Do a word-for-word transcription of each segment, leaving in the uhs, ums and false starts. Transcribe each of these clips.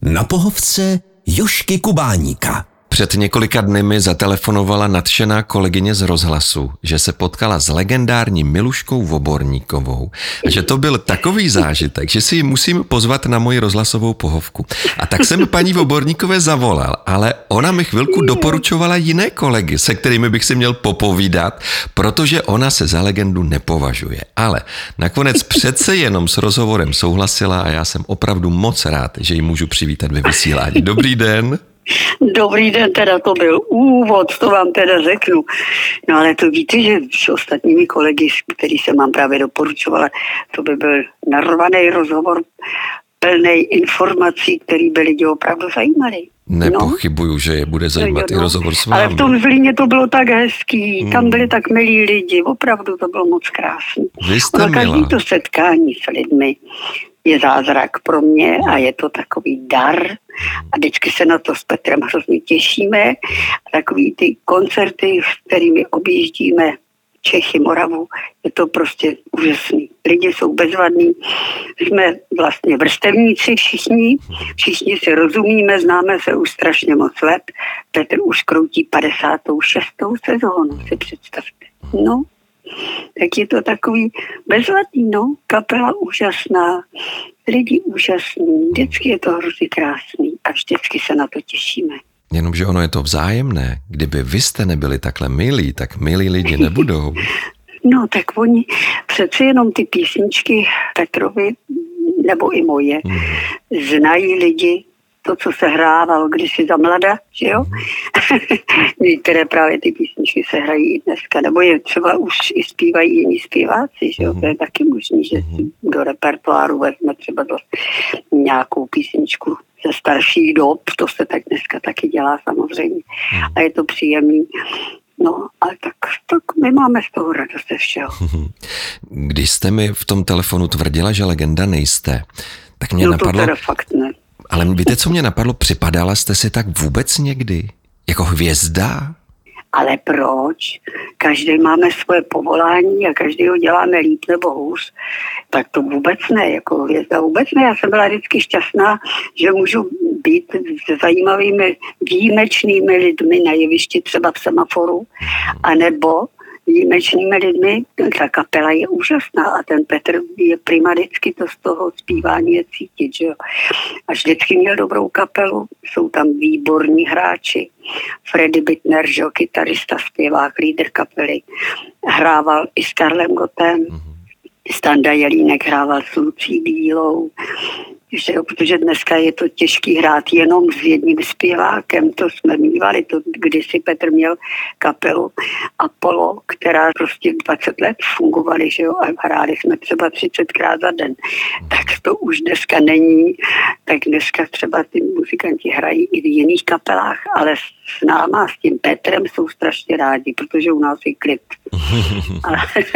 Na pohovce Jožky Kubáníka. Před několika dny mi zatelefonovala nadšená kolegyně z rozhlasu, že se potkala s legendární Miluškou Voborníkovou a že to byl takový zážitek, že si ji musím pozvat na moji rozhlasovou pohovku. A tak jsem paní Voborníkové zavolal, ale ona mi chvilku doporučovala jiné kolegy, se kterými bych si měl popovídat, protože ona se za legendu nepovažuje. Ale nakonec přece jenom s rozhovorem souhlasila a já jsem opravdu moc rád, že ji můžu přivítat ve vysílání. Dobrý den. Dobrý den, teda to byl úvod, to vám teda řeknu. No ale to víte, že s ostatními kolegy, který jsem vám právě doporučovala, to by byl narvaný rozhovor, plný informací, který by lidi opravdu zajímaly. Nepochybuju, no, že je bude zajímat no, no. i rozhovor s vámi. Ale v tom Zlíně to bylo tak hezký, hmm. tam byli tak milí lidi, opravdu to bylo moc krásný. Vy jste ono, každý to setkání s lidmi je zázrak pro mě a je to takový dar a vždycky se na to s Petrem hrozně těšíme. A takový ty koncerty, s kterými objíždíme Čechy, Moravu, je to prostě úžasný. Lidi jsou bezvadní, jsme vlastně vrstevníci všichni, všichni si rozumíme, známe se už strašně moc let. Petr už kroutí padesátou šestou sezónu, si představte. No, tak je to takový bezvadný, no, kapela úžasná, lidi úžasný, vždycky je to hrozně krásný a vždycky se na to těšíme. Jenomže ono je to vzájemné. Kdyby vy jste nebyli takhle milí, tak milí lidi nebudou. No tak oni přeci jenom ty písničky Petrovi, nebo i moje, mm. znají lidi, to, co se hrávalo kdysi za mlada, že jo? Některé právě ty písničky se hrají i dneska, nebo je třeba už i zpívají jiní zpěváci, že jo? To je taky možný, že si do repertoáru vezme třeba do nějakou písničku ze starších dob, to se tak dneska taky dělá samozřejmě. A je to příjemný. No, ale tak, tak my máme z toho radost ze všeho. Když jste mi v tom telefonu tvrdila, že legenda nejste, tak mě no, napadlo... to teda fakt ne. Ale víte, co mě napadlo? Připadala jste si tak vůbec někdy? Jako hvězda? Ale proč? Každý máme svoje povolání a každý ho děláme líp nebo hůř. Tak to vůbec ne, jako hvězda vůbec ne. Já jsem byla vždycky šťastná, že můžu být s zajímavými, výjimečnými lidmi na jevišti, třeba v Semaforu, anebo výjimečnými lidmi. Ta kapela je úžasná a ten Petr je prima, vždycky to z toho zpívání je cítit, že jo. A vždycky měl dobrou kapelu, jsou tam výborní hráči. Freddy Bittner, že jo, kytarista, zpěvák, lídr kapely, hrával i s Karlem Gottem, Standa Jelínek hrával s Lucí Bílou, že jo, protože dneska je to těžký hrát jenom s jedním zpěvákem, to jsme mívali, to kdysi Petr měl kapelu Apollo, která prostě dvacet let fungovaly, že jo, a hráli jsme třeba třicetkrát za den. Tak to už dneska není, tak dneska třeba ty muzikanti hrají i v jiných kapelách, ale s náma, s tím Petrem jsou strašně rádi, protože u nás je klid. A,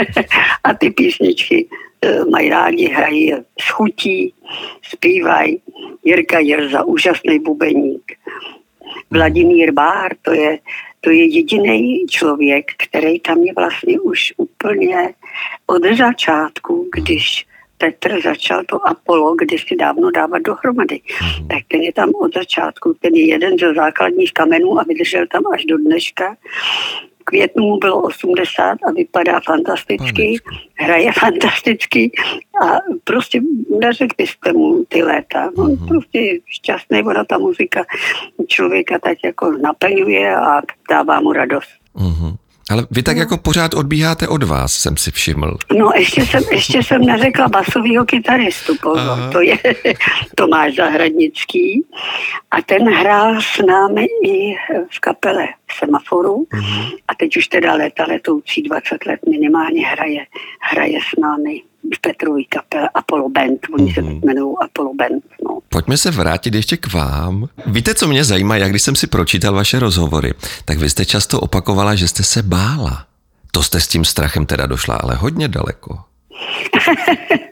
a ty písničky mají rádi, hrají s chutí, zpívají. Jirka Jirza, úžasný bubeník. Vladimír Bár, to je, to je jediný člověk, který tam je vlastně už úplně od začátku, když Petr začal to Apollo, když si dávno dávat dohromady. Tak ten je tam od začátku, ten je jeden ze základních kamenů a vydržel tam až do dneška. V květnu mu bylo osmdesát a vypadá fantasticky, hraje fantasticky a prostě neřekl byste mu ty léta. On mm-hmm. prostě je šťastný, ona ta muzika člověka tak jako naplňuje a dává mu radost. Mm-hmm. Ale vy tak no. jako pořád odbíháte od vás, jsem si všiml. No ještě jsem, ještě jsem neřekla basovýho kytaristu, pozor, to je Tomáš Zahradnický a ten hrál s námi i v kapele Semaforu mm-hmm. a teď už teda léta letoucí dvacet let minimálně hraje, hraje s námi v Petrový kapele Apollo Band, oni mm-hmm. se teď jmenují Apollo Band. No. Pojďme se vrátit ještě k vám. Víte, co mě zajímá, jak když jsem si pročítal vaše rozhovory, tak vy jste často opakovala, že jste se bála. To jste s tím strachem teda došla ale hodně daleko.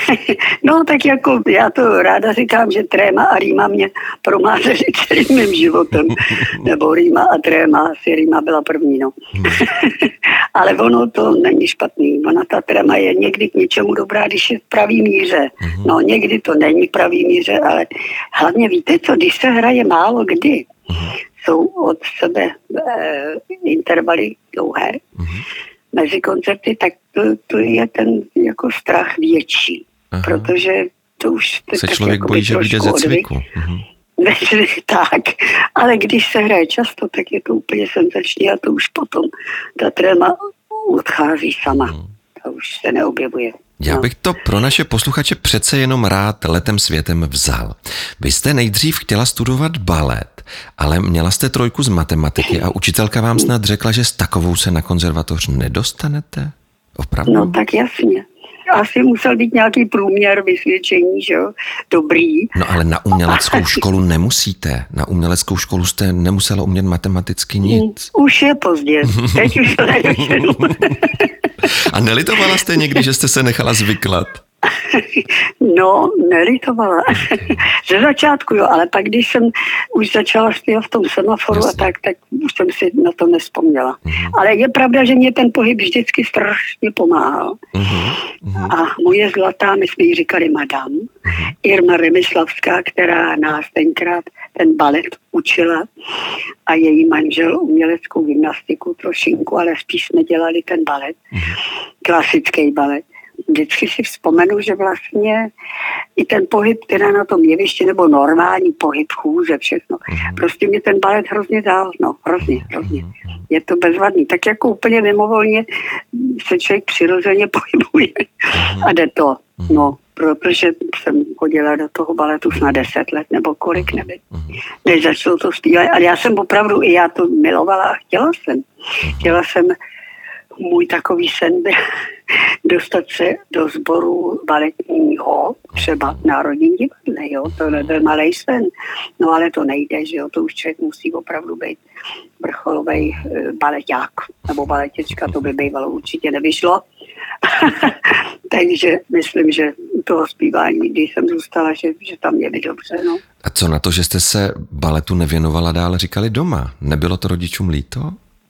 No tak jako já to ráda říkám, že tréma a rýma mě promázeli celým mým životem. Nebo rýma a tréma, asi rýma byla první, no. Ale ono to není špatný. Ona ta tréma je někdy k něčemu dobrá, když je v pravý míře. No někdy to není v pravý míře, ale hlavně víte co, když se hraje málo kdy, jsou od sebe e, intervaly dlouhé mezi koncerty, tak to, to je ten jako strach větší. Aha. Protože to už... Se člověk bojí, že vyjde ze cviku. Mhm. Tak, ale když se hraje často, tak je to úplně senzační a to už potom ta tréma odchází sama. Hmm. To už se neobjevuje. Já bych to pro naše posluchače přece jenom rád letem světem vzal. Vy jste nejdřív chtěla studovat balet, ale měla jste trojku z matematiky a učitelka vám snad řekla, že s takovou se na konzervatoř nedostanete? Opravdu? No tak jasně. Asi musel být nějaký průměr vysvědčení, že jo, dobrý. No ale na uměleckou školu nemusíte. Na uměleckou školu jste nemusela umět matematicky nic. Už je pozdě. Teď už to nedočenu. A nelitovala jste někdy, že jste se nechala zvyklat? No, nelitovala. Ze začátku jo, ale pak když jsem už začala zpívat v tom semaforu a tak, tak už jsem si na to nespomněla. Uh-huh. Ale je pravda, že mě ten pohyb vždycky strašně pomáhal. Uh-huh. Uh-huh. A moje zlatá, my jsme jí říkali madam, uh-huh. Irma Remislavská, která nás tenkrát ten balet učila a její manžel uměleckou gymnastiku trošinku, ale spíš jsme dělali ten balet, uh-huh. klasický balet. Vždycky si vzpomenu, že vlastně i ten pohyb, teda na tom jevišti, nebo normální pohyb, chůze, všechno. Mm. Prostě mě ten balet hrozně dál, no, hrozně, hrozně. Je to bezvadný. Tak jako úplně mimovolně se člověk přirozeně pohybuje mm. a jde to, no, protože jsem chodila do toho baletu snad deset let, nebo kolik, nevím, než začalo to zpívat. Ale já jsem opravdu, i já to milovala a chtěla jsem. Chtěla jsem, můj takový sen byl dostat se do sboru baletního, třeba v Národním divadle, jo, to nebyl malej sen. No ale to nejde, že jo, to už člověk musí opravdu být vrcholový baleťák nebo baletička, to by bývalo určitě nevyšlo. Takže myslím, že toho zpívání, když jsem zůstala, že, že tam je mi dobře, no. A co na to, že jste se baletu nevěnovala dál, říkali doma? Nebylo to rodičům líto?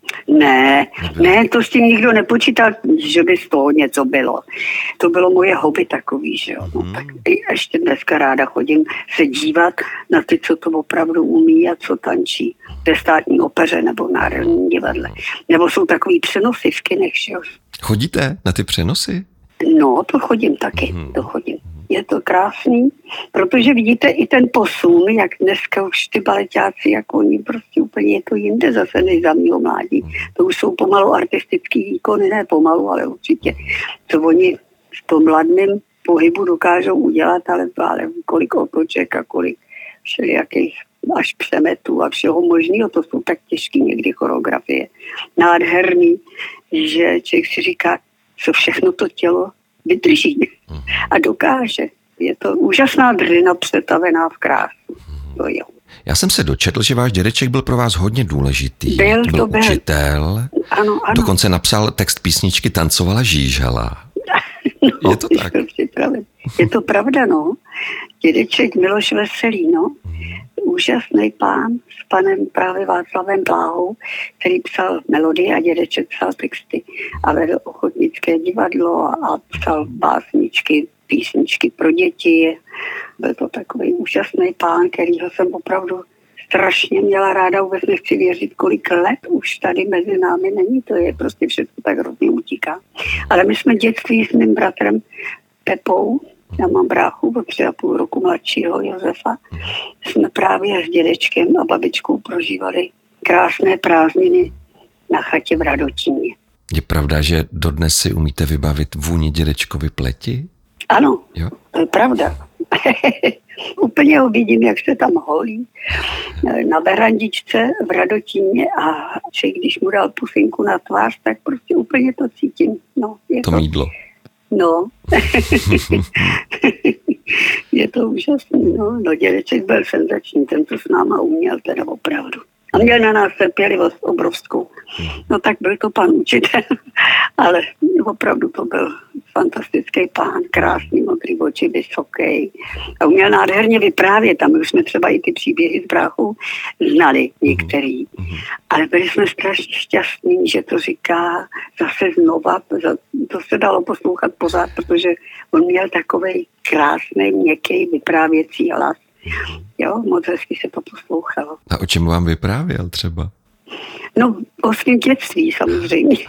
Ne, ne, to s tím nikdo nepočítal, že by z toho něco bylo. To bylo moje hobby takový, že jo. No, tak ještě dneska ráda chodím se dívat na ty, co to opravdu umí a co tančí ve Státní opeře nebo v Národním divadle. Nebo jsou takový přenosy v kinech, že jo. Chodíte na ty přenosy? No, to chodím taky, to chodím. Je to krásný, protože vidíte i ten posun, jak dneska už ty baleťáci, jak oni prostě úplně je to jinde zase než za mýho mládí. To už jsou pomalu artistický výkony, ne pomalu, ale určitě. To oni v tom mladném pohybu dokážou udělat, ale, ale kolik otoček a kolik všelijakých až přemetů a všeho možného, to jsou tak těžké někdy choreografie. Nádherný, že člověk si říká, co všechno to tělo vydrží a dokáže. Je to úžasná dřina přetavená v krásu. To jo. Já jsem se dočetl, že váš dědeček byl pro vás hodně důležitý. Byl, byl to byl. učitel. Ano, ano. Dokonce napsal text písničky Tancovala žížela. No, je to tak? Je to pravda, no. Dědeček Miloš Veselý, no. Úžasný pán s panem právě Václavem Bláhou, který psal melodie a dědeček psal texty a vedl ochotnické divadlo a, a psal básničky, písničky pro děti. Byl to takový úžasný pán, kterýho jsem opravdu strašně měla ráda, vůbec nechci věřit, kolik let už tady mezi námi není, to je prostě všechno tak hrozně utíká. Ale my jsme dětství s mým bratrem Pepou, já mám bráchu o tři a půl roku mladšího Josefa, jsme právě s dědečkem a babičkou prožívali krásné prázdniny na chatě v Radotíně. Je pravda, že dodnes si umíte vybavit vůni dědečkovy pleti? Ano, jo? To je pravda. Úplně ho vidím, jak se tam holí na berandičce v Radotíně a že když mu dal pusinku na tvář, tak prostě úplně to cítím. No, je to, to mýdlo. No. Je to úžasný. No, no dědeček byl senzační, ten to s náma uměl teda opravdu. A měl na nás trpělivost obrovskou. No tak byl to pan učitel, ale opravdu to byl fantastický pán, krásný, modrý oči, vysoký. A uměl nádherně vyprávět. Tam už jsme třeba i ty příběhy s bráchou znali některý. Ale byli jsme strašně šťastní, že to říká zase znova. To se dalo poslouchat pořád, protože on měl takovej krásný, měkký vyprávěcí hlas. Jo, moc hezky se to poslouchalo. A o čem vám vyprávěl třeba? No, o svým dětství samozřejmě.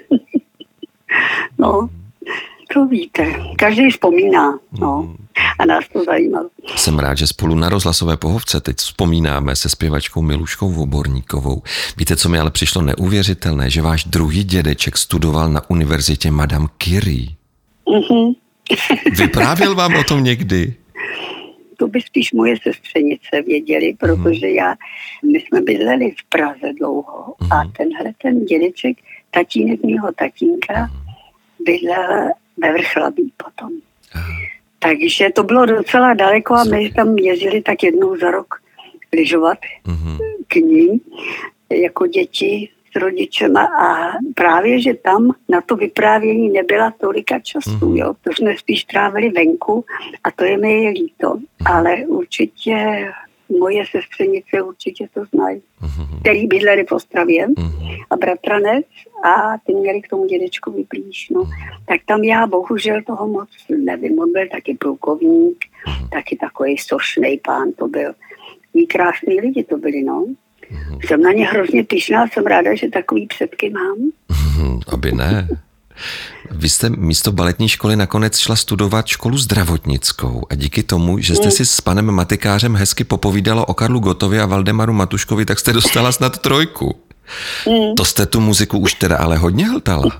No, to víte. Každý vzpomíná, no. A nás to zajímalo. Jsem rád, že spolu na rozhlasové pohovce teď vzpomínáme se zpěvačkou Miluškou Voborníkovou. Víte, co mi ale přišlo neuvěřitelné, že váš druhý dědeček studoval na univerzitě Madame Curie. Mm-hmm. Vyprávěl vám o tom někdy? To by spíš moje sestřenice věděli, protože já, my jsme bydleli v Praze dlouho a tenhle ten dědeček, tatínek mýho tatínka, bydlel ve Vrchlabí potom. Takže to bylo docela daleko a my tam jezdili tak jednou za rok lyžovat k ním jako děti s rodičema a právě, že tam na to vyprávění nebyla tolika času, jo. To jsme spíš trávili venku a to je mi líto, ale určitě moje sestřenice určitě to znají, který bydleli v Ostravě a bratranec a ty měli k tomu dědečkovi blíž, no. Tak tam já bohužel toho moc nevím, on byl taky plukovník, taky takový sošnej pán to byl. Mí krásný lidi to byli, no. Jsem na ně hrozně pyšná, jsem ráda, že takový předky mám. Aby ne. Vy jste místo baletní školy nakonec šla studovat školu zdravotnickou a díky tomu, že jste si s panem matikářem hezky popovídala o Karlu Gottovi a Valdemaru Matuškovi, tak jste dostala snad trojku. To jste tu muziku už teda ale hodně hltala.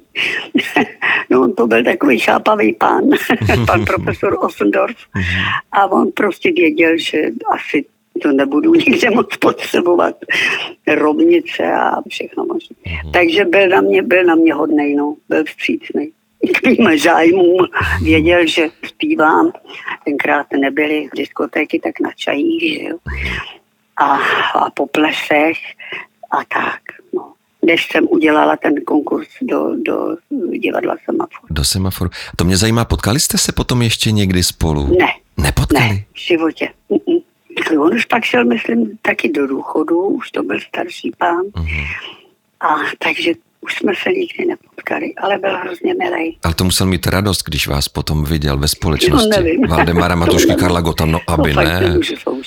No, to byl takový chápavý pán, pan profesor Ossendorf a on prostě věděl, že asi to nebudu nikde moc potřebovat. Rovnice a všechno možné. Mm-hmm. Takže byl na mě, byl na mě hodnej, no. Byl vstřícnej. K mým zájmům věděl, že zpívám. Tenkrát nebyly diskotéky tak na čajích, že jo. A, a po plesech a tak, no. Než jsem udělala ten konkurs do, do divadla Semafor. Do Semaforu. To mě zajímá, potkali jste se potom ještě někdy spolu? Ne. Nepotkali? Ne, v životě. Mm-mm. On už pak šel, myslím, taky do důchodu, už to byl starší pán. Uh-huh. A takže už jsme se nikdy nepotkali, ale byl hrozně milej. Ale to musel mít radost, když vás potom viděl ve společnosti. No, Valdemara Matušky, Karla Gotta, no aby no, ne.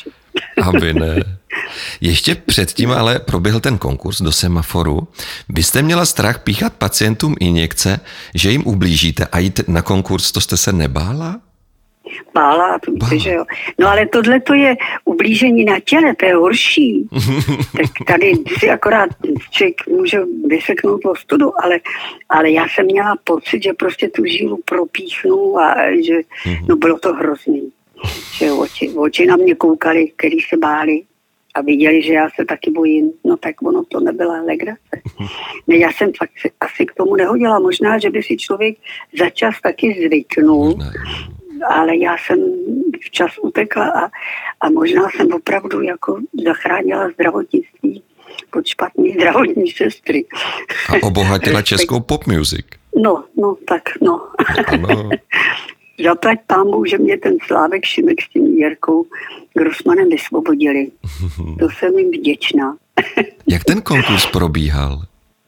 Aby ne. Ještě předtím ale proběhl ten konkurs do Semaforu. Vy jste měla strach píchat pacientům injekce, že jim ublížíte a jít na konkurs, to jste se nebála? Bála, to víte, že jo. No ale tohle to je ublížení na těle, to je horší. Tak tady si akorát člověk může vyseknout ostudu, ale, ale já jsem měla pocit, že prostě tu žílu propíchnu a že, no bylo to hrozný. Že oči, oči na mě koukali, který se báli a viděli, že já se taky bojím. No tak ono to nebyla legrace. Ne, já jsem fakt asi k tomu nehodila. Možná, že by si člověk za čas taky zvyknul. Ale já jsem včas utekla a, a možná jsem opravdu jako zachránila zdravotnictví pod špatný zdravotní sestry. A obohatila českou pop music. No, no, tak no. Ano. Zaplať pámbu, že mě ten Slávek Šimek s tím Jirkou Grossmanem vysvobodili. To jsem jim vděčná. Jak ten konkurs probíhal?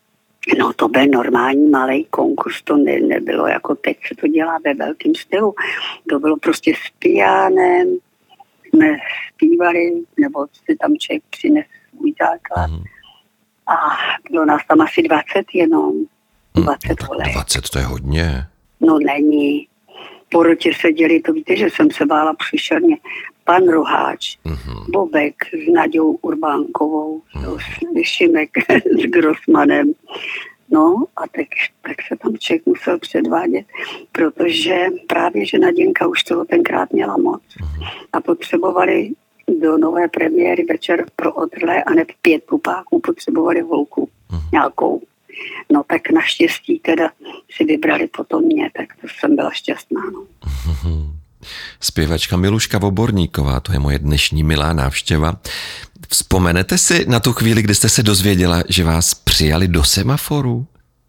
No to byl normální malý konkurs, to ne, nebylo jako teď se to dělá ve velkém stylu. To bylo prostě s pianem, jsme zpívali, nebo si tam člověk přines svůj základ. Mm. A bylo nás tam asi dvacet jenom, dvacet holek. dvacet, to je hodně. No není. Po rotě seděli, to víte, že jsem se bála příšerně. Pan Roháč, mm-hmm. Bobek s Naďou Urbánkovou, mm-hmm. Šimek s Grossmanem. No a tak, tak se tam člověk musel předvádět, protože právě, že Naděnka už toho tenkrát měla moc mm-hmm. a potřebovali do nové premiéry večer pro otrlé a ne pět pupáků, potřebovali holku mm-hmm. nějakou. No tak naštěstí teda si vybrali potom mě, tak to jsem byla šťastná. No. Zpěvačka Miluška Voborníková, to je moje dnešní milá návštěva. Vzpomenete si na tu chvíli, kdy jste se dozvěděla, že vás přijali do semaforu?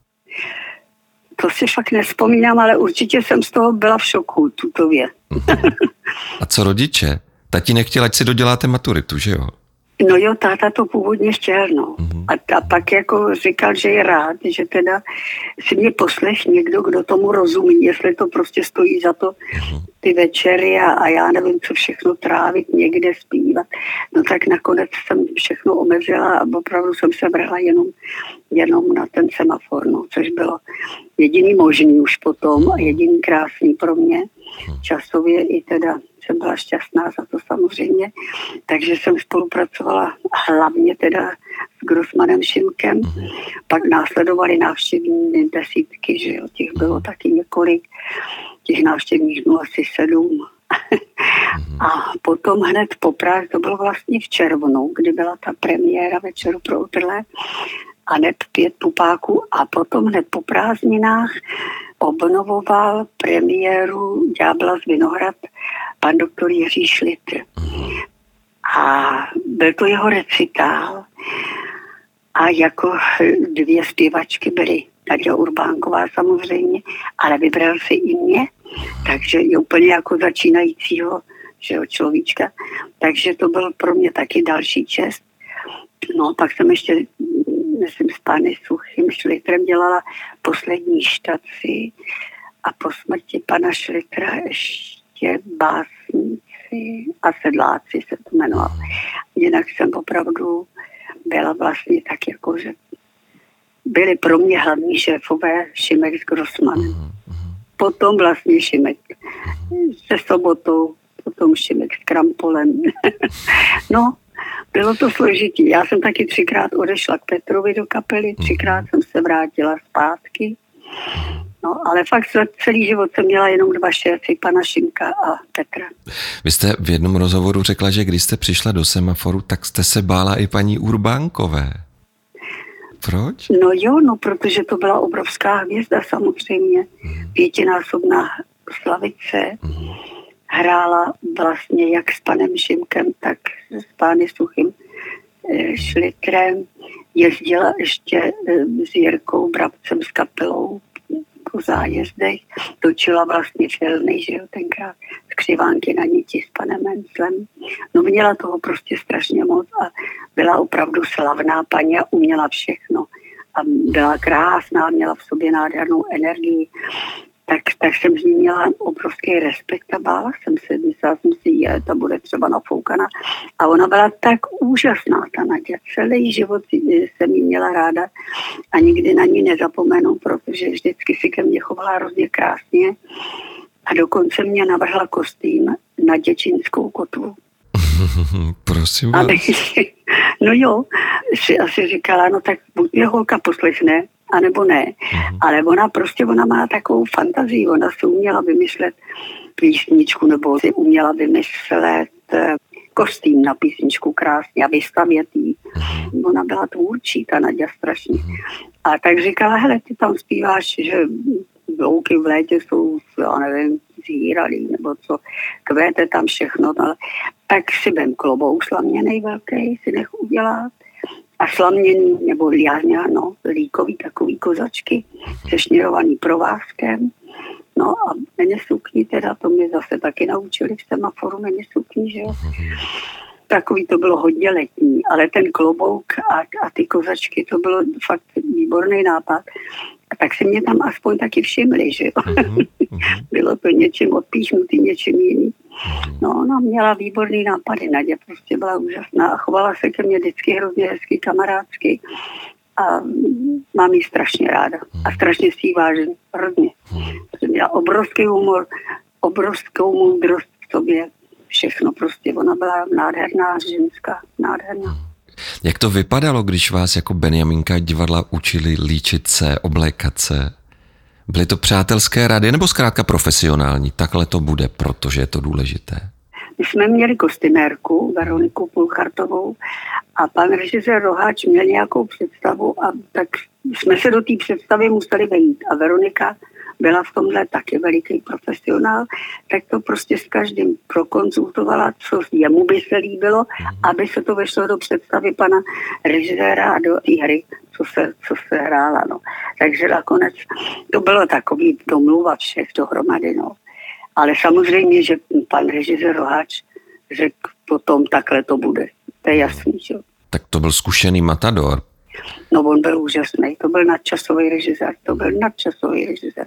To si fakt nevzpomínám, ale určitě jsem z toho byla v šoku, tutově. A co rodiče? Tatínek chtěl, ať si doděláte maturitu, že jo? No jo, táta to původně chtěl, no. A, a pak jako říkal, že je rád, že teda si mě poslech někdo, kdo tomu rozumí, jestli to prostě stojí za to ty večery a, a já nevím, co všechno trávit, někde zpívat. No tak nakonec jsem všechno omezila a opravdu jsem se vrhla jenom, jenom na ten semafor, no, což bylo jediný možný už potom a jediný krásný pro mě. Časově i teda jsem byla šťastná za to samozřejmě, takže jsem spolupracovala hlavně teda s Grossmanem Šimkem, pak následovaly návštěvní desítky, že jo, těch bylo taky několik, těch návštěvních dnů asi sedm. A potom hned po Praze, to bylo vlastně v červnu, kdy byla ta premiéra Večeru pro utrlé, a hned pět pupáků a potom hned po prázdninách obnovoval premiéru Ďábla z Vinohrad pan doktor Jiří Šlitr. A byl to jeho recitál a jako dvě zpěvačky byly Naďa Urbánková samozřejmě, ale vybral si i mě, takže je úplně jako začínajícího, že jo, človíčka. Takže to byl pro mě taky další čest. No, pak jsem ještě, myslím, s pány Suchým Šlitrem dělala poslední štaci a po smrti pana Šlitra ještě básníci a sedláci se to jmenoval. Jinak jsem opravdu byla vlastně tak jako, že byli pro mě hlavní šéfové Šimek s Grossmanem. Potom vlastně Šimek se Sobotou, potom Šimek s Krampolem. No, bylo to složitý. Já jsem taky třikrát odešla k Petrovi do kapely, třikrát jsem se vrátila zpátky. No, ale fakt celý život jsem měla jenom dva šéfy, pana Šimka a Petra. Vy jste v jednom rozhovoru řekla, že když jste přišla do semaforu, tak jste se bála i paní Urbánkové. Proč? No jo, no, protože to byla obrovská hvězda samozřejmě. Pětinásobná slavice. Hrála vlastně jak s panem Šimkem, tak s pány Suchým Šlitrem. Jezdila ještě s Jirkou Brabcem s kapelou po zájezdech. Točila vlastně filmy, že jo, tenkrát Skřivánky na niti s panem Menclem. No měla toho prostě strašně moc a byla opravdu slavná paní a uměla všechno. A byla krásná, měla v sobě nádhernou energii. Tak, tak jsem z ní měla obrovský respekt a bála jsem se, myslela jsem si, je, ta bude třeba nafoukaná. A ona byla tak úžasná, ta Naďa. Celý život jsem jí měla ráda a nikdy na ní nezapomenu, protože vždycky si ke mně chovala hrozně krásně a dokonce mě navrhla kostým na děčínskou kotvu. Prosím vás. Aby, no jo, si asi říkala, no tak buď mě holka poslechne, anebo ne. Mm-hmm. Ale ona prostě, ona má takovou fantazii, ona si uměla vymyslet písničku, nebo si uměla vymyslet kostým na písničku krásně a vystavět jí. Mm-hmm. Ona byla tvůrčí, ta Naďa strašně. Mm-hmm. A tak říkala, hele, ty tam zpíváš, že louky v létě jsou, já nevím, zhýralý, nebo co, kvete tam všechno, ale tak si vem klobouk slaměnej velký, si nech udělat. A slaměný, nebo no, líkový takový kozačky, sešněrovaný provázkem. No a méně sukni teda, to mě zase taky naučili v semaforu, méně sukni, že jo. Takový to bylo hodně letní, ale ten klobouk a, a ty kozačky, to bylo fakt výborný nápad. A tak se mě tam aspoň taky všimli, že jo. Bylo to něčím odpíchnutý, něčím jiným. No, ona měla výborný nápady, Naďa prostě byla úžasná a chovala se ke mně vždycky hrozně hezky, kamarádsky a mám ji strašně ráda a strašně si ji vážím, hrozně. Protože měla obrovský humor, obrovskou moudrost v sobě, všechno prostě, ona byla nádherná ženská, nádherná. Jak to vypadalo, když vás jako Benjamínka divadla učili líčit se, oblékat se? Byly to přátelské rady nebo zkrátka profesionální? Takhle to bude, protože je to důležité. My jsme měli kostymérku, Veroniku Pulchartovou a pan režisér Roháč měl nějakou představu a tak jsme se do té představy museli vejít. A Veronika byla v tomhle taky veliký profesionál, tak to prostě s každým prokonzultovala, co jemu by se líbilo, aby se to vešlo do představy pana režiséra a do té hry, co se, co se hrála. No. Takže nakonec to bylo takový domluva všech dohromady. No. Ale samozřejmě, že pan režisér Roháč řekl potom, takhle to bude. To je jasný, že? Tak to byl zkušený matador. No on byl úžasný, to byl nadčasový režisér, to byl nadčasový režisér.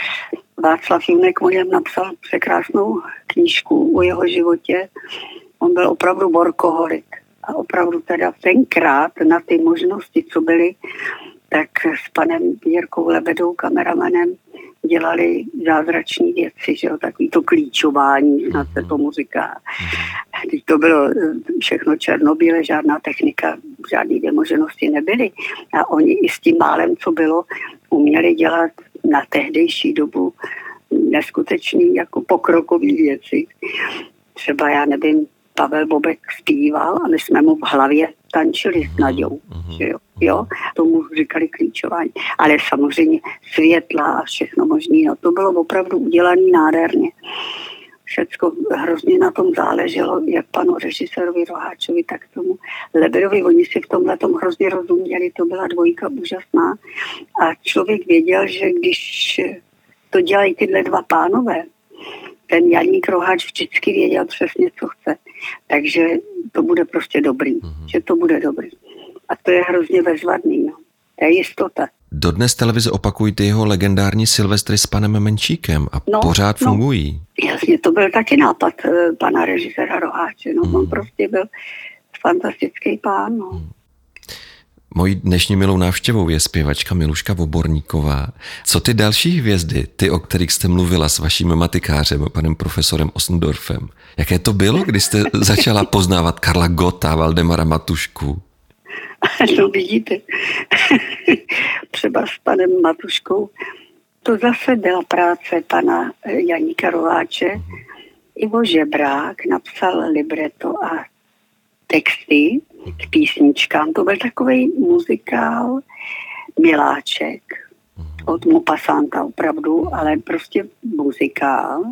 Václav Junek o něm napsal překrásnou knížku o jeho životě. On byl opravdu workoholik a opravdu teda tenkrát na ty možnosti, co byly, tak s panem Jirkou Lebedou, kameramanem, dělali zázračné věci, že jo, takový to klíčování, snad se tomu říká. Teď to bylo všechno černobíle, žádná technika, žádné vymoženosti nebyly. A oni i s tím málem, co bylo, uměli dělat na tehdejší dobu neskutečný jako pokrokový věci. Třeba, já nevím, Pavel Bobek zpíval a my jsme mu v hlavě tančili s Naďou. Že jo? Jo? Tomu říkali klíčování. Ale samozřejmě světla a všechno možné. No, to bylo opravdu udělané nádherně. Všecko hrozně na tom záleželo, jak panu režisérovi Roháčovi, tak tomu Lebedovi. Oni si v tomhle tom hrozně rozuměli. To byla dvojka úžasná. A člověk věděl, že když to dělají tyhle dva pánové, ten Janík Roháč vždycky věděl přesně, co chce. Takže to bude prostě dobrý. Mm-hmm. Že to bude dobrý. A to je hrozně bezvadný. No. To je jistota. Dodnes televize opakují ty jeho legendární Silvestry s panem Menšíkem a no, pořád no, fungují. Jasně, to byl taky nápad uh, pana režiséra Roháče. No. Mm. On prostě byl fantastický pán. No. Mm. Mojí dnešní milou návštěvou je zpěvačka Miluška Voborníková. Co ty další hvězdy, ty, o kterých jste mluvila s vaším matikářem, panem profesorem Osendorfem, jaké to bylo, když jste začala poznávat Karla Gotta, Valdemara Matušku? No vidíte, třeba s panem Matuškou, to zase byla práce pana Janíka Roháče. Ivo Žebrák napsal libreto a texty k písničkám. To byl takový muzikál miláček od Maupassanta opravdu, ale prostě muzikál.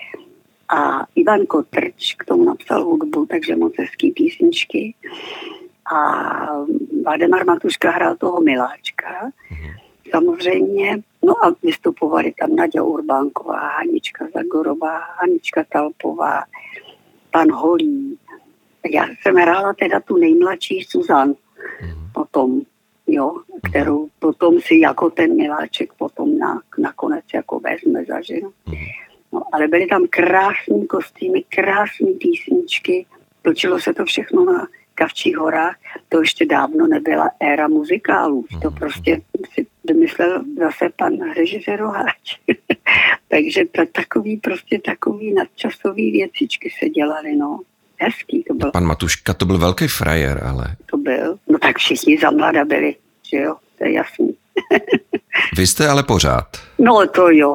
A Ivan Kotrč k tomu napsal hudbu, takže moc hezký písničky. A Valdemar Matuška hrál toho miláčka. Samozřejmě, no a vystupovali tam Naďa Urbánková, Hanička Zagorová, Hanička Talpová, pan Holý. Já jsem hrála teda tu nejmladší Suzan mm. potom, jo, kterou potom si jako ten miláček potom na, nakonec jako vezme za ženu. Mm. No, ale byly tam krásný kostýmy, krásné písničky, točilo se to všechno na Kavčích horách, to ještě dávno nebyla éra muzikálů, mm. to prostě si vymyslel zase pan režisér Roháč. Takže to, takový prostě takový nadčasový věcičky se dělaly, no. Hezký to byl. Pan Matuška to byl velký frajer, ale... To byl. No tak všichni za mlada byli, že jo, to je jasný. Vy jste ale pořád. No to jo.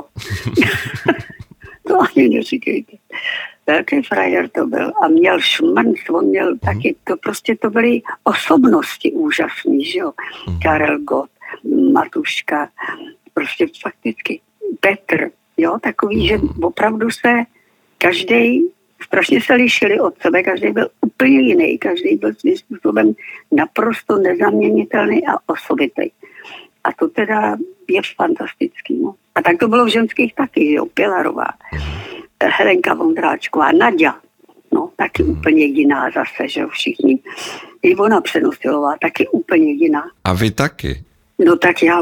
To ani neříkejte. Velký frajer to byl a měl šmrnc, on měl mm. taky, to prostě to byly osobnosti úžasný, že jo. Mm. Karel Gott, Matuška, prostě fakticky Petr, jo, takový, mm. že opravdu se každej strašně se lišili od sebe, každý byl úplně jiný, každý byl svým způsobem naprosto nezaměnitelný a osobitý. A to teda je fantastický. No. A tak to bylo v ženských taky, jo, Pilarová, Helenka Vondráčková, Naďa, no, taky úplně jiná zase, že jo, všichni. Ivona Přenosilová, taky úplně jiná. A vy taky? No tak já...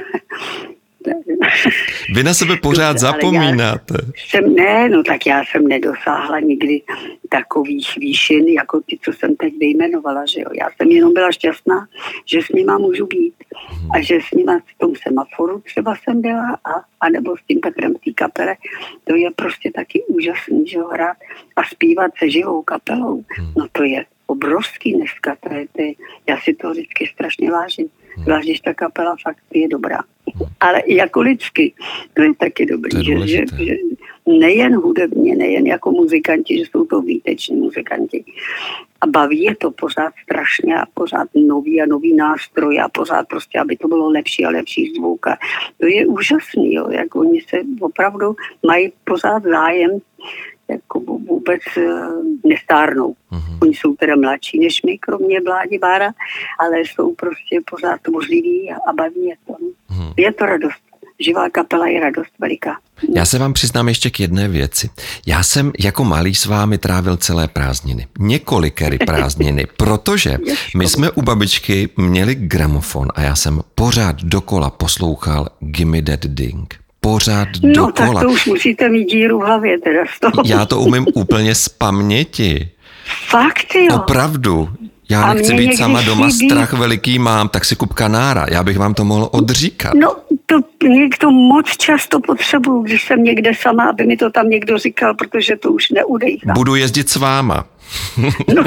Vy na sebe pořád Dobře, zapomínáte. Jsem, ne, no tak já jsem nedosáhla nikdy takových výšin, jako ty, co jsem teď vyjmenovala, že jo. Já jsem jenom byla šťastná, že s nima můžu být a že s nima v tom semaforu třeba jsem byla a, a nebo s tím Petrem v té kapele. To je prostě taky úžasný, že jo, hrát a zpívat se živou kapelou. No to je obrovský dneska, to je, to je, já si to vždycky strašně vážím. Zvlášť, když ta kapela fakt je dobrá. Ale jako lidsky, to je taky dobrý, že, že, že nejen hudebně, nejen jako muzikanti, že jsou to výteční muzikanti. A baví je to pořád strašně a pořád nový a nový nástroj a pořád prostě, aby to bylo lepší a lepší zvuk. A to je úžasný, jo, jak oni se opravdu mají pořád zájem, jako vůbec nestárnou. Mm-hmm. Oni jsou teda mladší než my, kromě Vládi Bára, ale jsou prostě pořád tvořiví a baví je to. Mm-hmm. Je to radost. Živá kapela je radost veliká. Já se vám přiznám ještě k jedné věci. Já jsem jako malý s vámi trávil celé prázdniny. Několikery prázdniny, protože my jsme u babičky měli gramofon a já jsem pořád dokola poslouchal Gimme That Ding. Pořád no, dokola. No tak to už musíte mít díru v hlavě teda z toho. Já to umím úplně z paměti. Fakt jo? Opravdu. Já a nechci být sama doma, chybí... strach veliký mám, tak si kup kanára. Já bych vám to mohl odříkat. No, to někdo moc často potřebuju, když jsem někde sama, aby mi to tam někdo říkal, protože to už neudejchám. Budu jezdit s váma. No,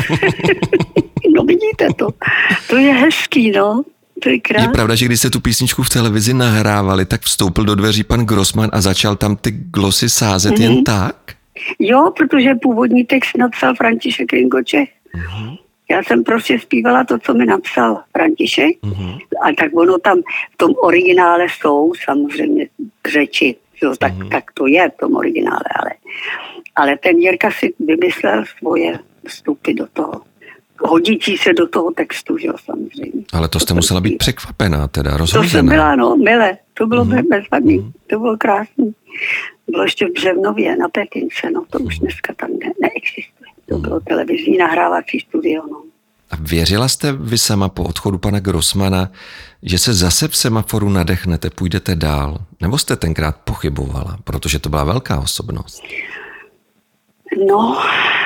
no vidíte to. To je hezký, no. To je krásný. Je pravda, že když se tu písničku v televizi nahrávali, tak vstoupil do dveří pan Grossman a začal tam ty glosy sázet mm-hmm. jen tak? Jo, protože původní text napsal František Ringoček. Mm-hmm. Já jsem prostě zpívala to, co mi napsal František. Mm-hmm. A tak ono tam v tom originále jsou samozřejmě řeči. Jo, tak, mm-hmm. tak to je v tom originále. Ale, ale ten Jirka si vymyslel svoje vstupy do toho. Hodící se do toho textu, že jo, samozřejmě. Ale to jste to musela být překvapená, teda rozhozená. To jsem byla, no, mile. To bylo mm-hmm. bezvadný. Mm-hmm. To bylo krásný. Bylo ještě v Břevnově na Petince, no to mm-hmm. už dneska tam ne- neexistuje. To bylo televizní nahrávací studio, no. A věřila jste vy sama po odchodu pana Grossmana, že se zase v Semaforu nadechnete, půjdete dál? Nebo jste tenkrát pochybovala, protože to byla velká osobnost? No,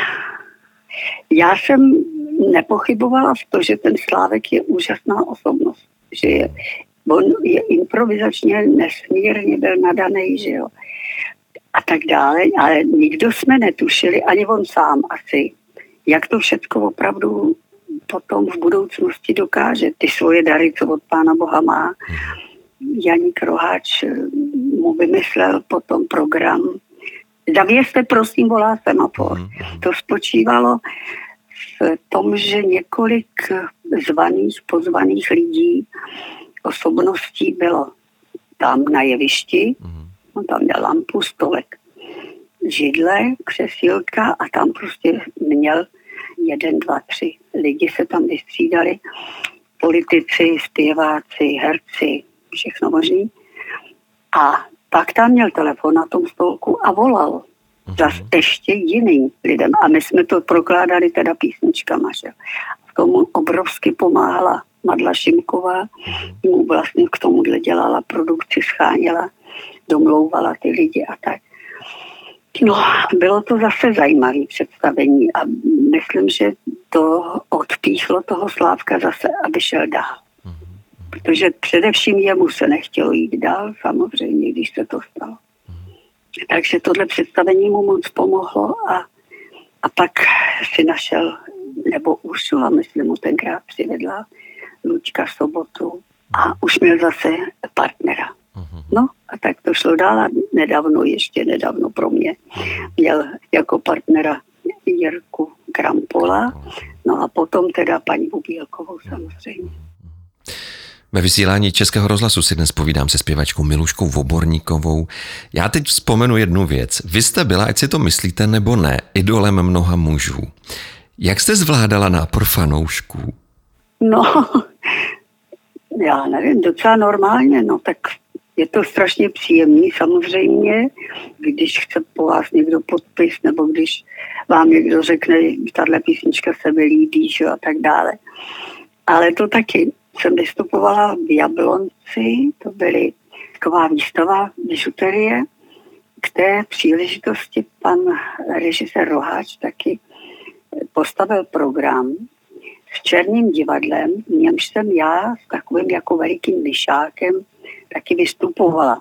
já jsem nepochybovala v to, že ten Slávek je úžasná osobnost. Že je, on je improvizačně nesmírně byl nadaný, že jo. A tak dále, ale nikdo jsme netušili, ani on sám asi, jak to všechno opravdu potom v budoucnosti dokáže. Ty svoje dary, co od Pána Boha má. Janík Roháč mu vymyslel potom program. Zavěste, prosím, volá Semafor. To spočívalo v tom, že několik zvaných, pozvaných lidí, osobností bylo tam na jevišti. On tam měl lampu, stolek, židle, křesílka a tam prostě měl jeden, dva, tři lidi se tam vystřídali. Politici, zpěváci, herci, všechno možný. A pak tam měl telefon na tom stolku a volal zase ještě jiným lidem. A my jsme to prokládali teda písničkama, že? K tomu obrovsky pomáhala Madla Šimková. Mu vlastně k tomuhle dělala produkci, scháněla, domlouvala ty lidi a tak. No, bylo to zase zajímavé představení a myslím, že to odpíchlo toho Slávka zase, aby šel dál. Protože především jemu se nechtělo jít dál, samozřejmě, když se to stalo. Takže tohle představení mu moc pomohlo a, a pak si našel, nebo Ursula, myslím, mu tenkrát přivedla Luďka Sobotu a už měl zase partnera. No a tak to šlo dál a nedávno, ještě nedávno pro mě, měl jako partnera Jirku Krampola, no a potom teda paní Bubílkovou samozřejmě. Ve vysílání Českého rozhlasu si dnes povídám se zpěvačkou Miluškou Voborníkovou. Já teď vzpomenu jednu věc. Vy jste byla, ať si to myslíte nebo ne, idolem mnoha mužů. Jak jste zvládala nápor fanoušků? No, já nevím, docela normálně, no tak je to strašně příjemný samozřejmě, když chce po vás někdo podpis, nebo když vám někdo řekne, že tahle písnička se mi líbí, že a tak dále. Ale to taky. Jsem vystupovala v Jablonci, to byly taková výstava bižuterie. K té příležitosti pan režisér Roháč taky postavil program s Černým divadlem, v němž jsem já s takovým jako velikým myšákem taky vystupovala.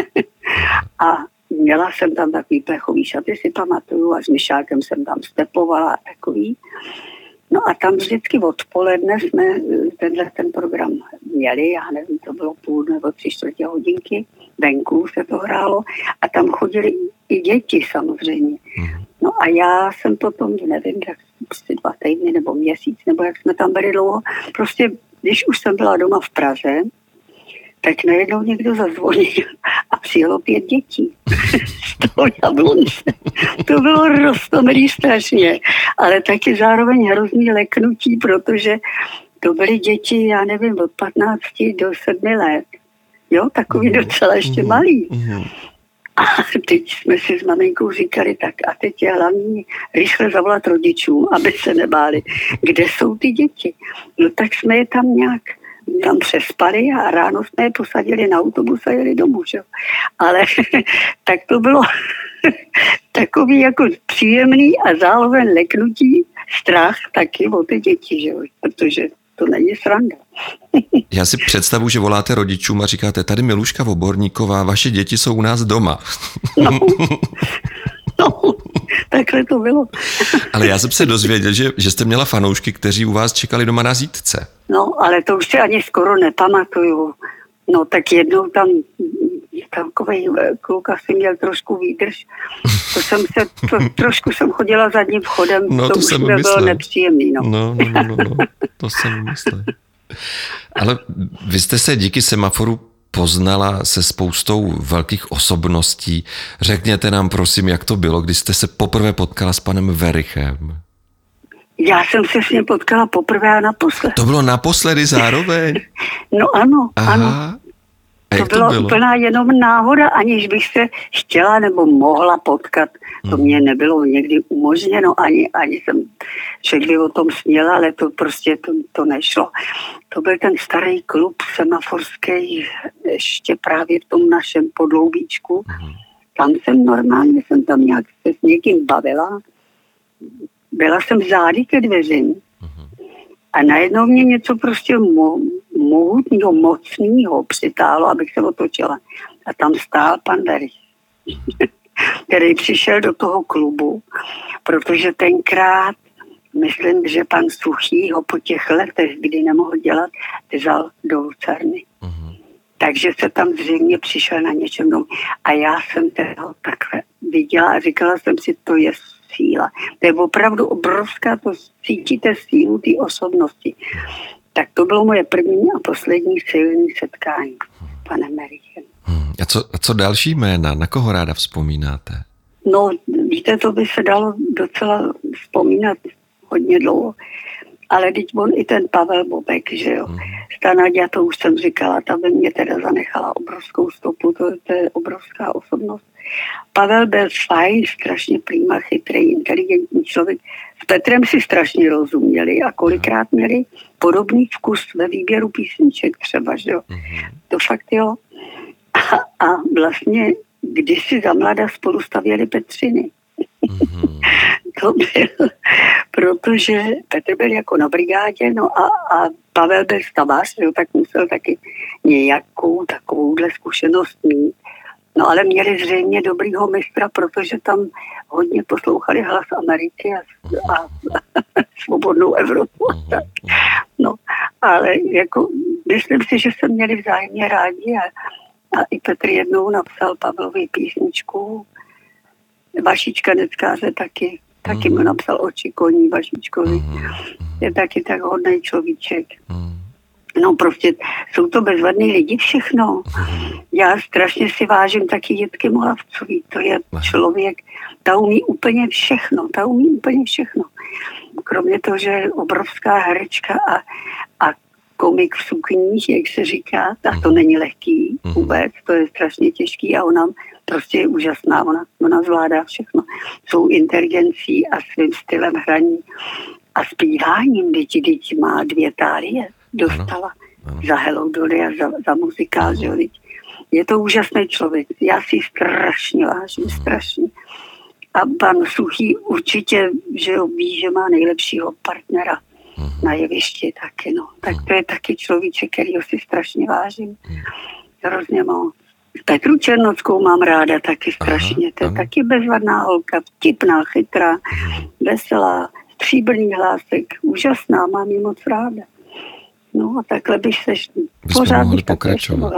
A měla jsem tam takový plechový šaty, si pamatuju, a s myšákem jsem tam stepovala a takový. No a tam vždycky odpoledne jsme tenhle ten program měli, já nevím, to bylo půl nebo tři čtvrtě hodinky venku se to hrálo a tam chodili i děti samozřejmě. No a já jsem potom, nevím, jak prostě dva týdny nebo měsíc, nebo jak jsme tam byli dlouho, prostě když už jsem byla doma v Praze, tak najednou někdo zazvonil a přijelo pět dětí z toho Jablonce. To bylo roztomilý strašně, ale taky zároveň hrozný leknutí, protože to byly děti, já nevím, od patnácti do sedmi let. Jo, takový docela ještě malý. A teď jsme si s maminkou říkali, tak a teď je hlavní rychle zavolat rodičům, aby se nebáli. Kde jsou ty děti? No tak jsme je tam nějak tam přespali a ráno jsme je posadili na autobus a jeli domů, že? Ale tak to bylo takový jako příjemný a zároveň leknutí, strach taky o ty děti, že? Protože to není sranda. Já si představu, že voláte rodičům a říkáte, tady Miluška Voborníková, vaše děti jsou u nás doma. No, no takhle to bylo. Ale já jsem se dozvěděl, že, že jste měla fanoušky, kteří u vás čekali doma na zítce. No, ale to už si ani skoro nepamatuju. No, tak jednou tam takovej kluk asi měl trošku výdrž. To jsem se, to, trošku jsem chodila zadním vchodem, no, to, to už mi bylo nepříjemný. No. No, no, no, no, no, to jsem myslel. Ale vy jste se díky semaforu poznala se spoustou velkých osobností. Řekněte nám prosím, jak to bylo, když jste se poprvé potkala s panem Werichem. Já jsem se s ním potkala poprvé a naposled. To bylo naposledy zároveň? No ano, Aha. ano. A to, bylo to bylo úplná jenom náhoda, aniž bych se chtěla nebo mohla potkat. To mě nebylo někdy umožněno, ani, ani jsem všechny o tom směla, ale to prostě to, to nešlo. To byl ten starý klub semaforský, ještě právě v tom našem Podloubíčku. Tam jsem normálně, jsem tam nějak se s někým bavila. Byla jsem zády ke dveřím. A najednou mě něco prostě mo- mohutného, mocného přitálo, abych se otočila. A tam stál pan Werich, který přišel do toho klubu, protože tenkrát, myslím, že pan Suchý ho po těch letech, kdy nemohl dělat, vzal do Lucerny. Uh-huh. Takže se tam zřejmě přišel na něčem domů. A já jsem toho takhle viděla a říkala jsem si, to je síla. To je opravdu obrovská, to cítíte sílu té osobnosti. Tak to bylo moje první a poslední silné setkání s panem Werichem. Hmm. A, co, a co další jména? Na koho ráda vzpomínáte? No, víte, to by se dalo docela vzpomínat hodně dlouho. Ale teď on i ten Pavel Bobek, že jo. Hmm. Ta Naďa, to už jsem říkala, ta by mě teda zanechala obrovskou stopu, to, to je obrovská osobnost. Pavel byl fajn, strašně prýma, chytrý, inteligentní člověk. S Petrem si strašně rozuměli a kolikrát měli podobný vkus ve výběru písniček třeba, že jo. To fakt jo. A, a vlastně kdysi za mlada spolu stavěli Petřiny. To byl, protože Petr byl jako na brigádě, no a, a Pavel byl stavař, jo, tak musel taky nějakou takovouhle zkušenost mít. No ale měli zřejmě dobrýho mistra, protože tam hodně poslouchali Hlas Ameriky a, a, a Svobodnou Evropu. Tak. No, ale jako, myslím si, že se měli vzájemně rádi a, a i Petr jednou napsal Pavlovi písničku. Vašička Neckáře taky, taky mu napsal Oči koní Vašičkovi. Je taky tak hodnej človíček. No prostě jsou to bezvadný lidi všechno. Já strašně si vážím taky Jitky Molavcový. To je člověk, ta umí úplně všechno. Ta umí úplně všechno. Kromě toho, že je obrovská herečka a, a komik v sukních, jak se říká, a to není lehký vůbec, to je strašně těžký a ona prostě je úžasná. Ona, ona zvládá všechno. Svou inteligencí a svým stylem hraní a zpíváním. Děti, děti má dvě tálie. Dostala ano, ano. za Hello Dolly a za, za muzikál, že je to úžasný člověk. Já si strašně vážím, strašně. A pan Suchý určitě, že jo, ví, že má nejlepšího partnera na jevišti taky, no. Tak to je taky človíček, kterýho si strašně vážím. Hrozně moc. Petru Černockou mám ráda taky strašně. To je aha. taky bezvadná holka, vtipná, chytrá, veselá, stříbrný hlásek, úžasná, mám ji moc ráda. No a takhle bych se pořád bych pokračovat.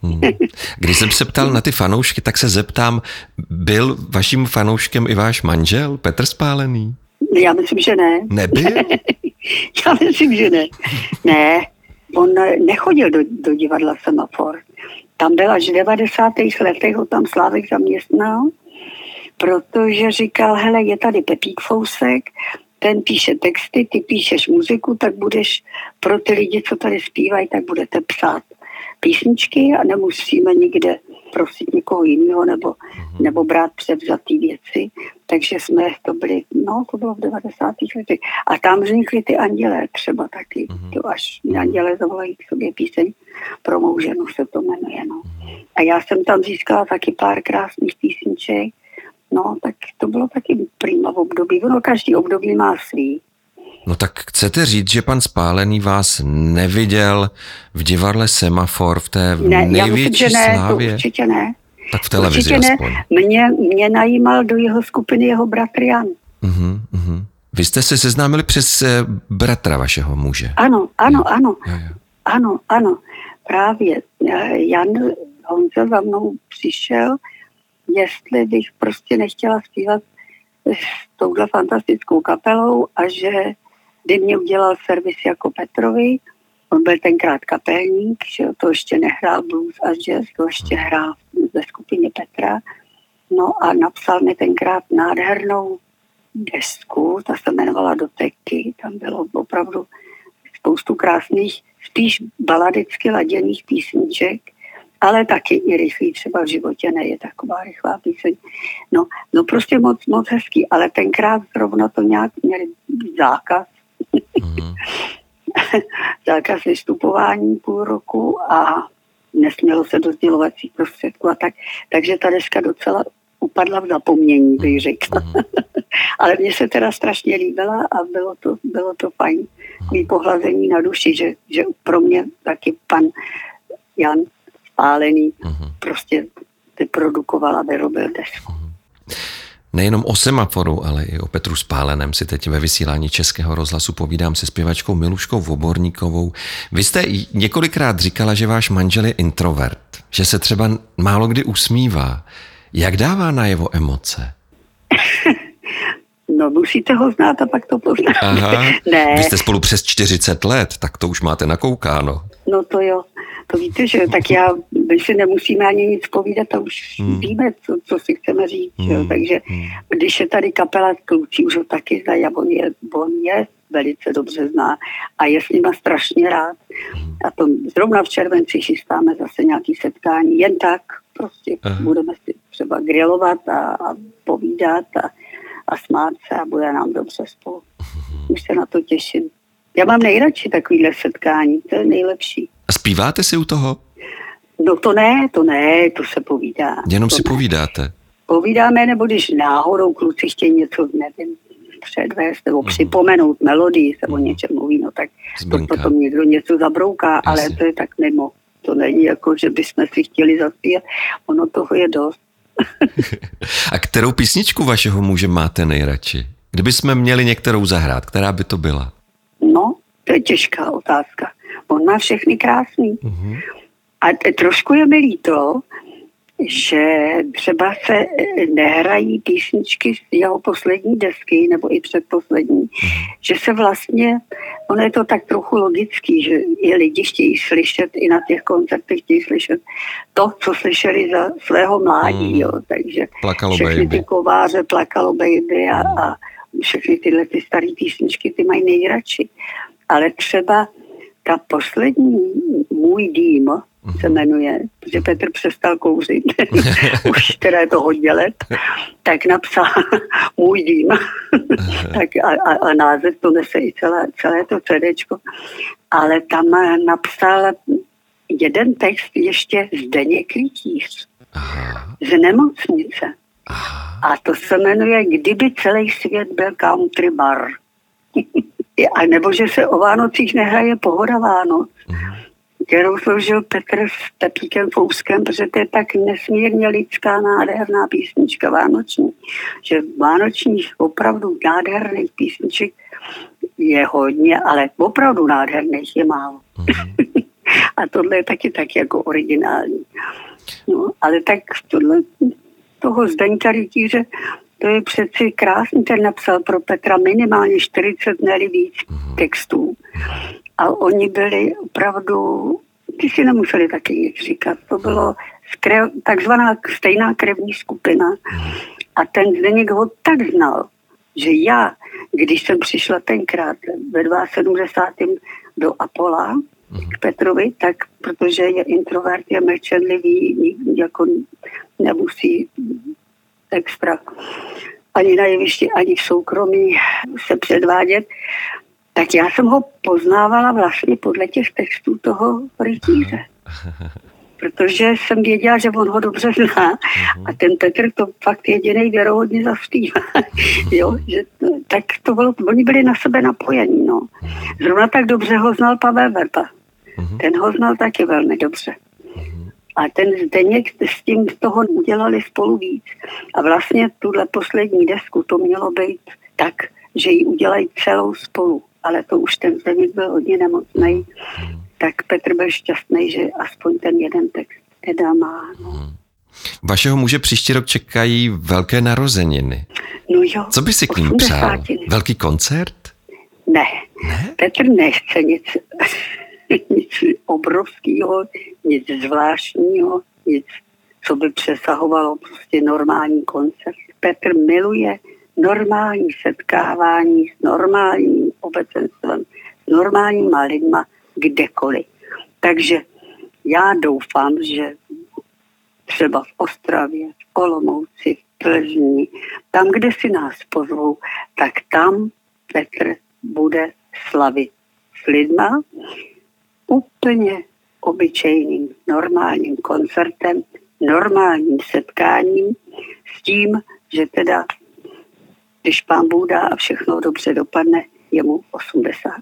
Hmm. Když jsem se ptal na ty fanoušky, tak se zeptám, byl vaším fanouškem i váš manžel, Petr Spálený? Já myslím, že ne. Nebyl? Já myslím, že ne. Ne, on nechodil do, do divadla Semafor. Tam byl až v devadesátých letech, ho tam Slávek zaměstnal, protože říkal, hele, je tady Pepík Fousek, ten píše texty, ty píšeš muziku, tak budeš pro ty lidi, co tady zpívají, tak budete psát písničky a nemusíme nikde prosit někoho jiného nebo, nebo brát převzatý věci. Takže jsme to byli, no to bylo v devadesátých letech. A tam vznikly ty Andělé třeba taky. To až Andělé zavolají k sobě píseň pro mou ženu se to jmenuje. No. A já jsem tam získala taky pár krásných písniček. No, tak to bylo taky prima v období. No, každý období má svý. No tak chcete říct, že pan Spálený vás neviděl v divadle Semafor v té ne, největší já myslím, že ne, slávě? To určitě ne. Tak v televizi určitě aspoň. Ne. Mě, mě najímal do jeho skupiny jeho bratr Jan. Uh-huh, uh-huh. Vy jste se seznámili přes eh, bratra vašeho muže. Ano, ano, jo. ano. Jo, jo. Ano, ano. Právě. Jan Honza za mnou přišel, jestli bych prostě nechtěla zpívat s touhle fantastickou kapelou a že by mě udělal servis jako Petrovi. On byl tenkrát kapelník, že to ještě nehrál blues a jazz, to ještě hrál ve skupině Petra. No a napsal mi tenkrát nádhernou desku, ta se jmenovala Doteky, tam bylo opravdu spoustu krásných, spíš baladicky laděných písniček, ale taky i rychlý, třeba v životě ne, je taková rychlá píseň. No, no prostě moc, moc hezký, ale tenkrát zrovna to nějak měli zákaz. Mm. zákaz vystupování půl roku a nesmělo se do sdělovacích prostředků a tak. Takže ta deska docela upadla v zapomnění, bych řekla. Mm. ale mně se teda strašně líbila a bylo to, bylo to fajn. Mý pohlazení na duši, že, že pro mě taky pan Jan Spálený mm. prostě vyprodukoval a vyrobil desku. Mm. Nejenom o Semaforu, ale i o Petru Spáleném si teď ve vysílání Českého rozhlasu povídám se zpěvačkou Miluškou Voborníkovou. Vy jste několikrát říkala, že váš manžel je introvert, že se třeba málo kdy usmívá. Jak dává najevo emoce? No, musíte ho znát a pak to poznáte. Aha, ne. Vy jste spolu přes čtyřicet let, tak to už máte nakoukáno. No to jo, to víte, že tak já, my si nemusíme ani nic povídat a už hmm. víme, co, co si chceme říct, hmm. jo. Takže když je tady kapela kluci, už ho taky znají a on je, on je velice dobře zná a je s nima strašně rád. A to zrovna v červenci chystáme zase nějaký setkání, jen tak prostě Aha. budeme si třeba grilovat a, a povídat a, a smát se a bude nám dobře spolu. Už se na to těším. Já mám nejradši takovýhle setkání, to je nejlepší. A zpíváte si u toho? No to ne, to ne, to se povídá. Jenom to si ne. povídáte? Povídáme, nebo když náhodou kluci chtějí něco, nevím, předvést nebo mm. připomenout melodii, se mm. o něčem mluví, no tak to potom někdo něco zabrouká, Asi. ale to je tak mimo. To není jako, že bychom si chtěli zaspívat, ono toho je dost. A kterou písničku vašeho muže máte nejradši? Kdybychom měli některou zahrát, která by to byla? No, to je těžká otázka. On má všechny krásný. Mm-hmm. A trošku je mi líto, že třeba se nehrají písničky z jeho poslední desky, nebo i předposlední, mm-hmm. že se vlastně, ono je to tak trochu logický, že i lidi chtějí slyšet, i na těch koncertech chtějí slyšet to, co slyšeli za svého mládí, mm. jo, takže Plakalo všechny baby. ty kováře, Plakalo baby a, mm. a všechny tyhle ty staré písničky, ty mají nejradši. Ale třeba ta poslední Můj dým mm. se jmenuje, protože Petr přestal kouřit, už teda je to hodně let, tak napsal Můj dým. tak a, a, a název to nese i celé, celé to CDčko. Ale tam napsal jeden text ještě Zdeněk Rytíř z nemocnice. A to se jmenuje Kdyby celý svět byl country bar. A nebo že se o Vánocích nehraje Pohoda Vánoc, kterou složil Petr s Pepíkem Fouskem, protože to je tak nesmírně lidská, nádherná písnička vánoční, že vánočních opravdu nádherných písniček je hodně, ale opravdu nádherných je málo. A tohle je taky tak jako originální. No, ale tak tohle, toho Zdeňka Rytíře, to je přeci krásný, ten napsal pro Petra minimálně čtyřicet, ne víc textů. A oni byli opravdu, ty si nemuseli taky nic říkat, to bylo skrev, takzvaná stejná krevní skupina. A ten Zdeněk ho tak znal, že já, když jsem přišla tenkrát ve sedmdesátém druhém do Apola k Petrovi, tak protože je introvert, je mlčenlivý, jako nemusí extra ani na jevišti, ani v soukromí se předvádět, tak já jsem ho poznávala vlastně podle těch textů toho Rytíře. Protože jsem věděla, že on ho dobře zná a ten Petr to fakt jedinej věrohodně zaspívá. Jo, že, tak to bylo, oni byli na sebe napojení. No. Zrovna tak dobře ho znal Pavel Verba. Ten ho znal taky velmi dobře. A ten Zdeněk s tím z toho udělali spolu víc. A vlastně tuhle poslední desku to mělo být tak, že ji udělají celou spolu. Ale to už ten Zdeněk byl hodně nemocnej. Tak Petr byl šťastný, že aspoň ten jeden text teda má. No. Vašeho muže příští rok čekají velké narozeniny. No jo. Co by si k ním přál? Velký koncert? Ne. ne? Petr nechce nic, nic obrovského, nic zvláštního, nic, co by přesahovalo prostě normální koncert. Petr miluje normální setkávání s normálním obecenstvem, s normálníma lidma, kdekoliv. Takže já doufám, že třeba v Ostravě, v Olomouci, v Plzni, tam, kde si nás pozvou, tak tam Petr bude slavit s lidma úplně obyčejným, normálním koncertem, normálním setkáním s tím, že teda, když pán Bůh dá a všechno dobře dopadne, je mu osmdesát.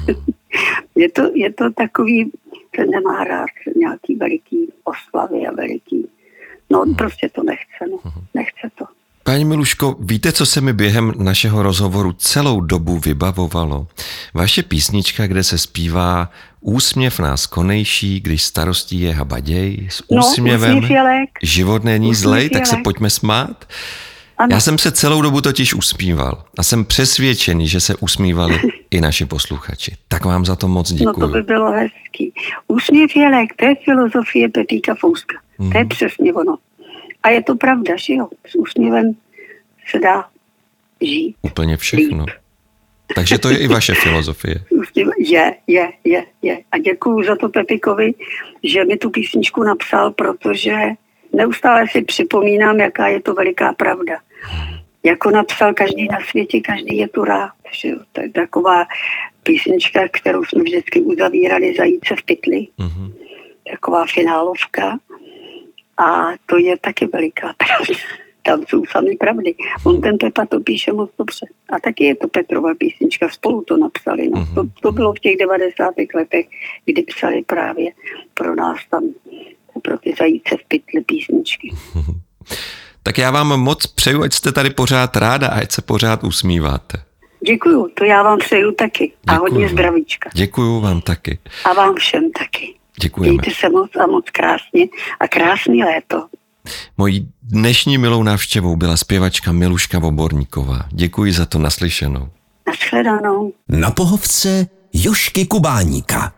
Je to, je to takový, ten nemá rád nějaký veliký oslavy a veliký, no prostě to nechce, no, nechce to. Paní Miluško, víte, co se mi během našeho rozhovoru celou dobu vybavovalo? Vaše písnička, kde se zpívá úsměv nás konejší, když starostí je habaděj, s úsměvem, no, život není zlej, tak se pojďme smát. Ano. Já jsem se celou dobu totiž usmíval a jsem přesvědčený, že se usmívali i naši posluchači. Tak vám za to moc děkuju. No to by bylo hezký. Úsměv je lék, to je filozofie Pepíka Fouska. Mm. To je přesně ono. A je to pravda, že jo? S úsměvem se dá žít. Úplně všechno. Líp. Takže to je i vaše filozofie. Je, je, je, je. A děkuju za to Pepikovi, že mi tu písničku napsal, protože neustále si připomínám, jaká je to veliká pravda. Jako napsal každý na světě, každý je tu rád. Že jo? To je taková písnička, kterou jsme vždycky uzavírali Zajíce v pytli. Mm-hmm. Taková finálovka. A to je taky veliká pravda. Tam jsou samé pravdy. On ten Pepa to píše moc dobře. A taky je to Petrova písnička. Spolu to napsali. No. Mm-hmm. To, to bylo v těch devadesátých letech, kdy psali právě pro nás tam, pro ty Zajíce v pytli písničky. Mm-hmm. Tak já vám moc přeju, ať jste tady pořád ráda a ať se pořád usmíváte. Děkuju, to já vám přeju taky. A děkuju hodně zdravíčka. Děkuju vám taky. A vám všem taky. Děkujeme. Mějte se moc a moc krásně a krásný léto. Mojí dnešní milou návštěvou byla zpěvačka Miluška Voborníková. Děkuji za to, naslyšenou. Nashledanou. Na pohovce Jožky Kubáníka.